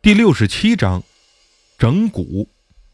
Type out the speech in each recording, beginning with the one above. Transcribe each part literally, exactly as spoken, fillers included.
第六十七章整蛊。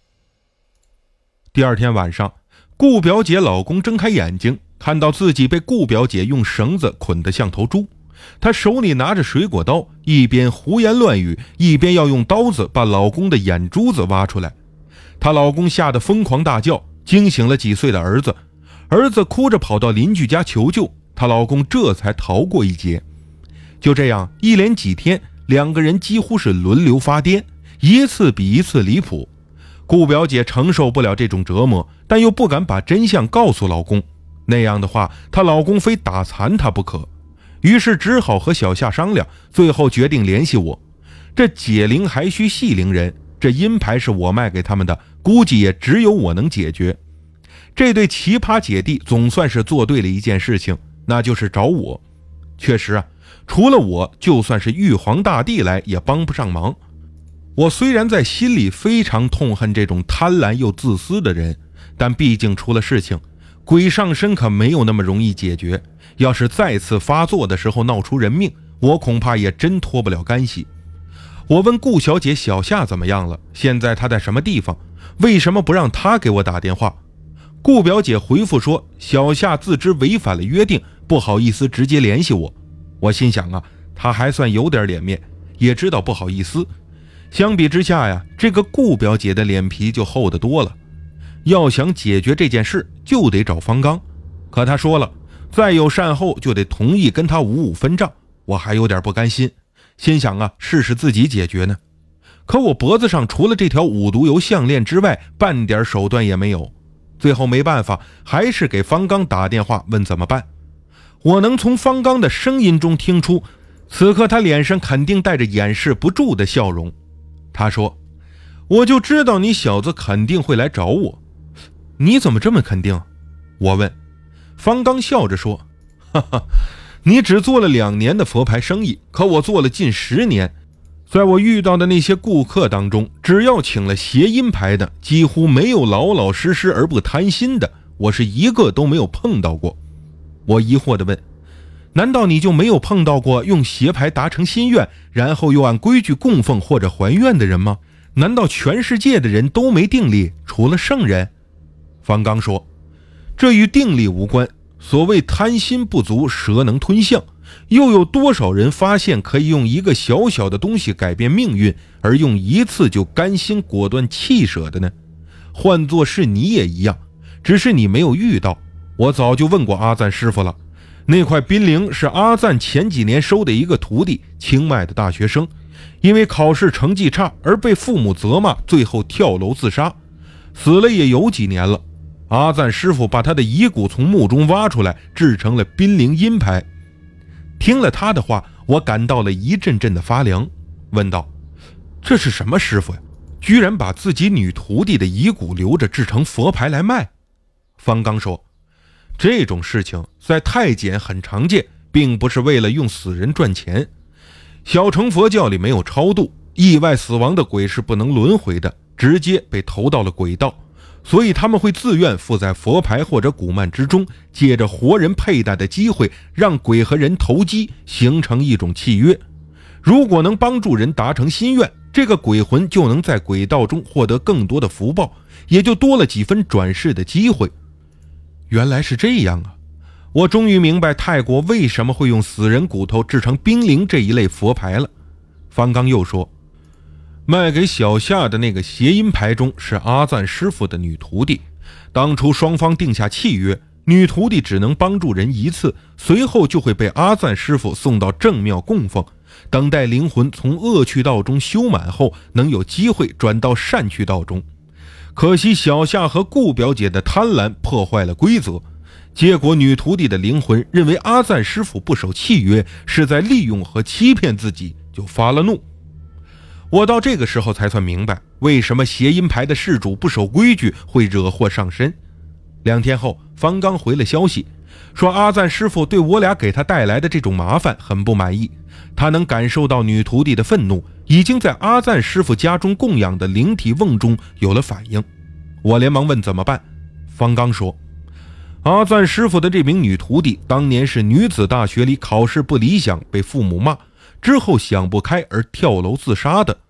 第二天晚上，顾表姐老公睁开眼睛，看到自己被顾表姐用绳子捆得像头猪，她手里拿着水果刀，一边胡言乱语，一边要用刀子把老公的眼珠子挖出来。她老公吓得疯狂大叫，惊醒了几岁的儿子，儿子哭着跑到邻居家求救，她老公这才逃过一劫。就这样一连几天，两个人几乎是轮流发癫，一次比一次离谱。顾表姐承受不了这种折磨，但又不敢把真相告诉老公，那样的话她老公非打残她不可，于是只好和小夏商量，最后决定联系我。这解铃还需系铃人，这阴牌是我卖给他们的，估计也只有我能解决。这对奇葩姐弟总算是做对了一件事情，那就是找我。确实啊，除了我，就算是玉皇大帝来也帮不上忙。我虽然在心里非常痛恨这种贪婪又自私的人，但毕竟出了事情，鬼上身可没有那么容易解决。要是再次发作的时候闹出人命，我恐怕也真脱不了干系。我问顾小姐小夏怎么样了，现在她在什么地方，为什么不让她给我打电话？顾表姐回复说，小夏自知违反了约定，不好意思直接联系我。我心想啊，她还算有点脸面，也知道不好意思。相比之下呀，这个顾表姐的脸皮就厚得多了。要想解决这件事，就得找方刚。可她说了，再有善后就得同意跟她五五分账。我还有点不甘心，心想啊，试试自己解决呢。可我脖子上除了这条五毒油项链之外，半点手段也没有。最后没办法，还是给方刚打电话问怎么办。我能从方刚的声音中听出，此刻他脸上肯定带着掩饰不住的笑容。他说，我就知道你小子肯定会来找我。你怎么这么肯定？我问。方刚笑着说，哈哈，你只做了两年的佛牌生意，可我做了近十年。在我遇到的那些顾客当中，只要请了谐音牌的，几乎没有老老实实而不贪心的，我是一个都没有碰到过。我疑惑地问，难道你就没有碰到过用邪牌达成心愿，然后又按规矩供奉或者还愿的人吗？难道全世界的人都没定力，除了圣人？方刚说，这与定力无关，所谓贪心不足，蛇能吞象，又有多少人发现可以用一个小小的东西改变命运，而用一次就甘心果断弃舍的呢？换作是你也一样，只是你没有遇到。我早就问过阿赞师傅了，那块冰灵是阿赞前几年收的一个徒弟，清迈的大学生，因为考试成绩差而被父母责骂，最后跳楼自杀，死了也有几年了。阿赞师傅把他的遗骨从墓中挖出来，制成了冰灵阴牌。听了他的话，我感到了一阵阵的发凉，问道，这是什么师傅呀？居然把自己女徒弟的遗骨留着制成佛牌来卖？方刚说，这种事情在太监很常见，并不是为了用死人赚钱。小乘佛教里没有超度，意外死亡的鬼是不能轮回的，直接被投到了鬼道，所以他们会自愿附在佛牌或者古曼之中，借着活人佩戴的机会，让鬼和人投机，形成一种契约。如果能帮助人达成心愿，这个鬼魂就能在鬼道中获得更多的福报，也就多了几分转世的机会。原来是这样啊！我终于明白泰国为什么会用死人骨头制成冰灵这一类佛牌了。方刚又说，卖给小夏的那个谐音牌中是阿赞师傅的女徒弟，当初双方定下契约，女徒弟只能帮助人一次，随后就会被阿赞师傅送到正庙供奉，等待灵魂从恶趣道中修满后，能有机会转到善趣道中。可惜小夏和顾表姐的贪婪破坏了规则，结果女徒弟的灵魂认为阿赞师傅不守契约，是在利用和欺骗自己，就发了怒。我到这个时候才算明白，为什么谐音牌的事主不守规矩会惹祸上身。两天后，方刚回了消息，说阿赞师傅对我俩给他带来的这种麻烦很不满意，他能感受到女徒弟的愤怒，已经在阿赞师傅家中供养的灵体瓮中有了反应。我连忙问怎么办，方刚说，阿赞师傅的这名女徒弟当年是女子大学里考试不理想，被父母骂，之后想不开而跳楼自杀的。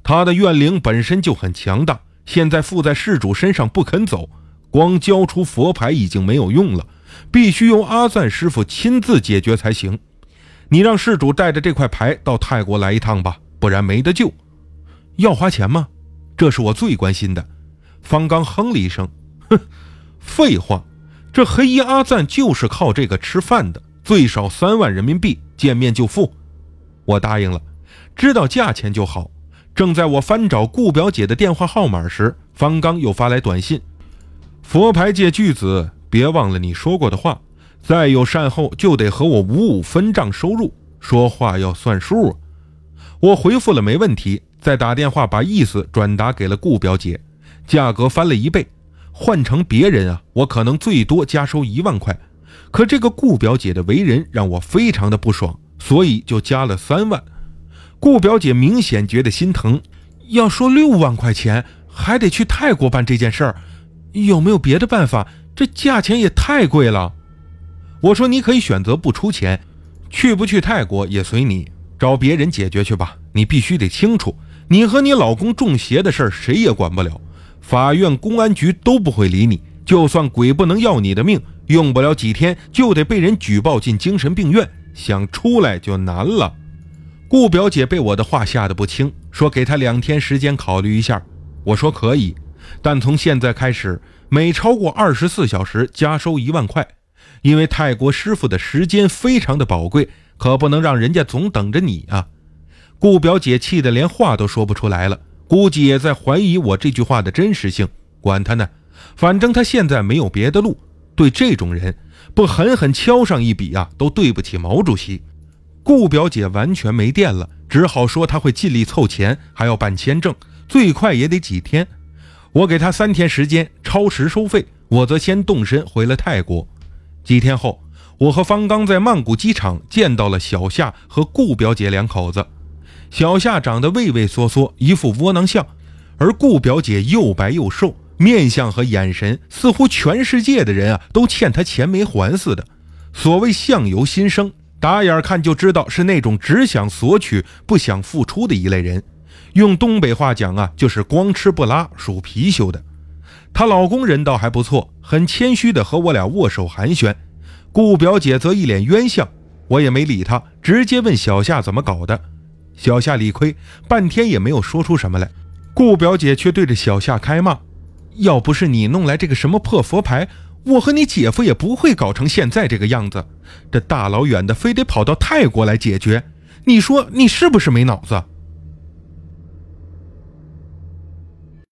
他的怨灵本身就很强大，现在附在事主身上不肯走，光交出佛牌已经没有用了，必须由阿赞师傅亲自解决才行。你让事主带着这块牌到泰国来一趟吧，不然没得救。要花钱吗？这是我最关心的。方刚哼了一声，哼，废话，这黑衣阿赞就是靠这个吃饭的，最少三万人民币，见面就付。我答应了，知道价钱就好。正在我翻找顾表姐的电话号码时，方刚又发来短信：佛牌界巨子，别忘了你说过的话，再有善后就得和我五五分账收入，说话要算数啊。我回复了没问题，再打电话把意思转达给了顾表姐，价格翻了一倍，换成别人啊，我可能最多加收一万块，可这个顾表姐的为人让我非常的不爽，所以就加了三万。顾表姐明显觉得心疼，要说六万块钱还得去泰国办这件事儿，有没有别的办法？这价钱也太贵了。我说你可以选择不出钱，去不去泰国也随你，找别人解决去吧。你必须得清楚，你和你老公中邪的事儿谁也管不了，法院公安局都不会理你，就算鬼不能要你的命，用不了几天就得被人举报进精神病院，想出来就难了。顾表姐被我的话吓得不轻，说给她两天时间考虑一下。我说可以，但从现在开始每超过二十四小时加收一万块，因为泰国师傅的时间非常的宝贵，可不能让人家总等着你啊。顾表姐气得连话都说不出来了，估计也在怀疑我这句话的真实性。管他呢，反正他现在没有别的路，对这种人不狠狠敲上一笔啊，都对不起毛主席。顾表姐完全没电了，只好说她会尽力凑钱，还要办签证，最快也得几天。我给她三天时间，超时收费，我则先动身回了泰国。几天后，我和方刚在曼谷机场见到了小夏和顾表姐两口子。小夏长得畏畏缩缩，一副窝囊相，而顾表姐又白又瘦，面相和眼神似乎全世界的人啊都欠她钱没还似的。所谓相由心生，打眼看就知道是那种只想索取不想付出的一类人，用东北话讲啊，就是光吃不拉，属貔貅的。她老公人倒还不错，很谦虚的和我俩握手寒暄。顾表姐则一脸冤相，我也没理她，直接问小夏怎么搞的。小夏理亏，半天也没有说出什么来。顾表姐却对着小夏开骂：要不是你弄来这个什么破佛牌，我和你姐夫也不会搞成现在这个样子，这大老远的非得跑到泰国来解决，你说你是不是没脑子？